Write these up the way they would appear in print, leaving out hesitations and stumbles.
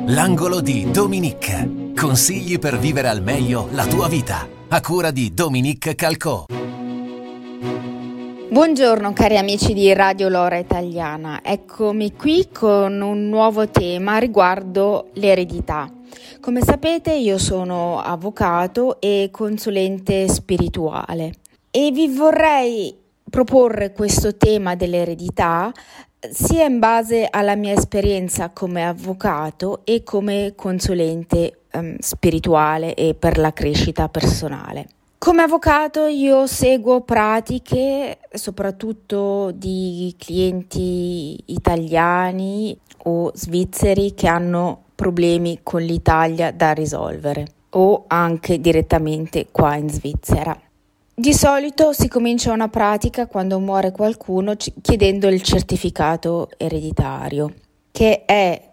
L'angolo di Dominique. Consigli per vivere al meglio la tua vita. A cura di Dominique Calcò. Buongiorno cari amici di Radio Lora Italiana. Eccomi qui con un nuovo tema riguardo l'eredità. Come sapete io sono avvocato e consulente spirituale e vi vorrei proporre questo tema dell'eredità sia in base alla mia esperienza come avvocato e come consulente spirituale e per la crescita personale. Come avvocato io seguo pratiche soprattutto di clienti italiani o svizzeri che hanno problemi con l'Italia da risolvere o anche direttamente qua in Svizzera. Di solito si comincia una pratica quando muore qualcuno chiedendo il certificato ereditario, che è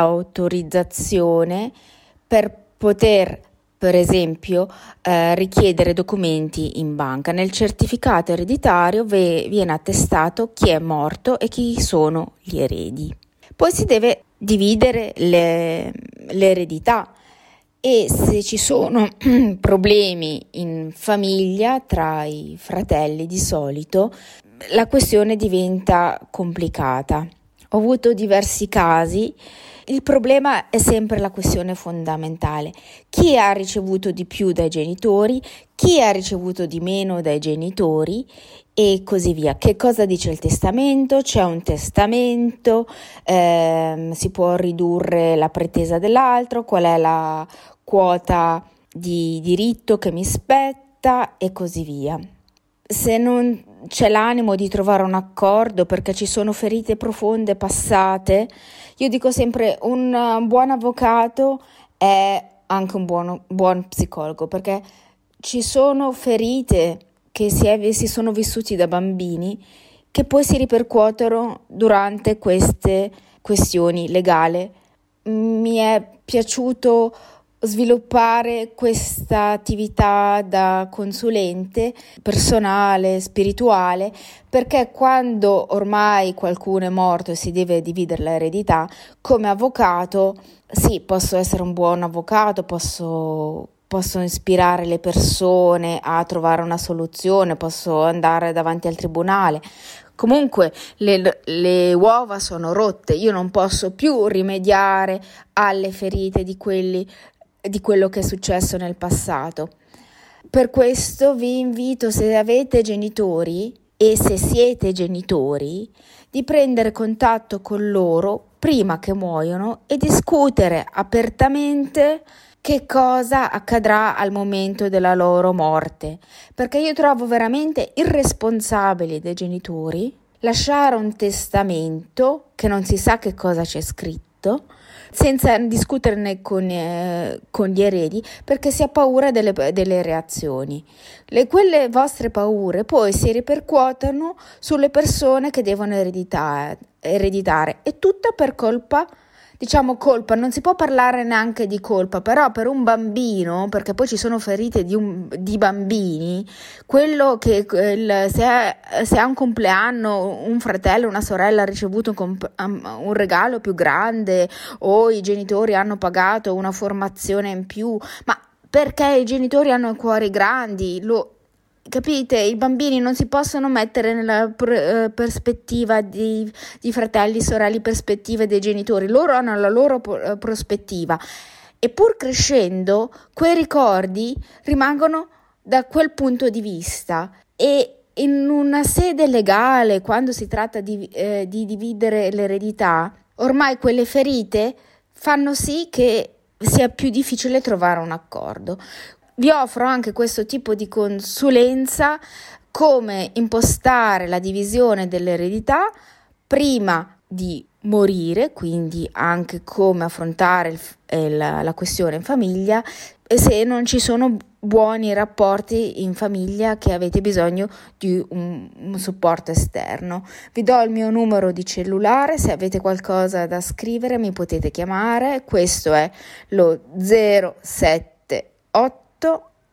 l'autorizzazione per poter, per esempio, richiedere documenti in banca. Nel certificato ereditario viene attestato chi è morto e chi sono gli eredi. Poi si deve dividere l'eredità. E se ci sono problemi in famiglia tra i fratelli di solito, la questione diventa complicata. Ho avuto diversi casi. Il problema è sempre la questione fondamentale. Chi ha ricevuto di più dai genitori, chi ha ricevuto di meno dai genitori e così via. Che cosa dice il testamento? C'è un testamento, si può ridurre la pretesa dell'altro, qual è la quota di diritto che mi spetta e così via. Se non c'è l'animo di trovare un accordo perché ci sono ferite profonde passate, io dico sempre un buon avvocato è anche un buon psicologo, perché ci sono ferite che si sono vissuti da bambini che poi si ripercuotono durante queste questioni legali. Mi è piaciuto sviluppare questa attività da consulente personale, spirituale, perché quando ormai qualcuno è morto e si deve dividere l'eredità, come avvocato, sì, posso essere un buon avvocato, posso ispirare le persone a trovare una soluzione, posso andare davanti al tribunale. Comunque le uova sono rotte, io non posso più rimediare alle ferite di quello che è successo nel passato. Per questo vi invito, se avete genitori e se siete genitori, di prendere contatto con loro prima che muoiono e discutere apertamente che cosa accadrà al momento della loro morte, perché io trovo veramente irresponsabili dei genitori lasciare un testamento che non si sa che cosa c'è scritto senza discuterne con gli eredi, perché si ha paura delle reazioni. Quelle vostre paure poi si ripercuotono sulle persone che devono ereditare. È tutta per colpa, non si può parlare neanche di colpa, però per un bambino, perché poi ci sono ferite di bambini, quello che se ha un compleanno, un fratello, una sorella ha ricevuto un regalo più grande o i genitori hanno pagato una formazione in più, ma perché i genitori hanno i cuori grandi, capite? I bambini non si possono mettere nella prospettiva di fratelli, sorelle, perspettive dei genitori. Loro hanno la loro prospettiva e pur crescendo quei ricordi rimangono da quel punto di vista. E in una sede legale, quando si tratta di dividere l'eredità, ormai quelle ferite fanno sì che sia più difficile trovare un accordo. Vi offro anche questo tipo di consulenza, come impostare la divisione dell'eredità prima di morire, quindi anche come affrontare la questione in famiglia, e se non ci sono buoni rapporti in famiglia che avete bisogno di un supporto esterno. Vi do il mio numero di cellulare, se avete qualcosa da scrivere mi potete chiamare, questo è lo 078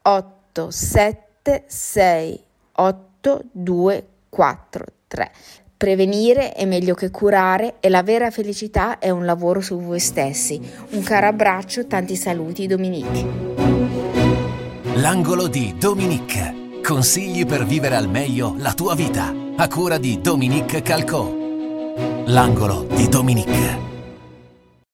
876 8243. Prevenire è meglio che curare e la vera felicità è un lavoro su voi stessi. Un caro abbraccio, tanti saluti, Dominique. L'angolo di Dominique. Consigli per vivere al meglio la tua vita. A cura di Dominique Calcò. L'angolo di Dominique.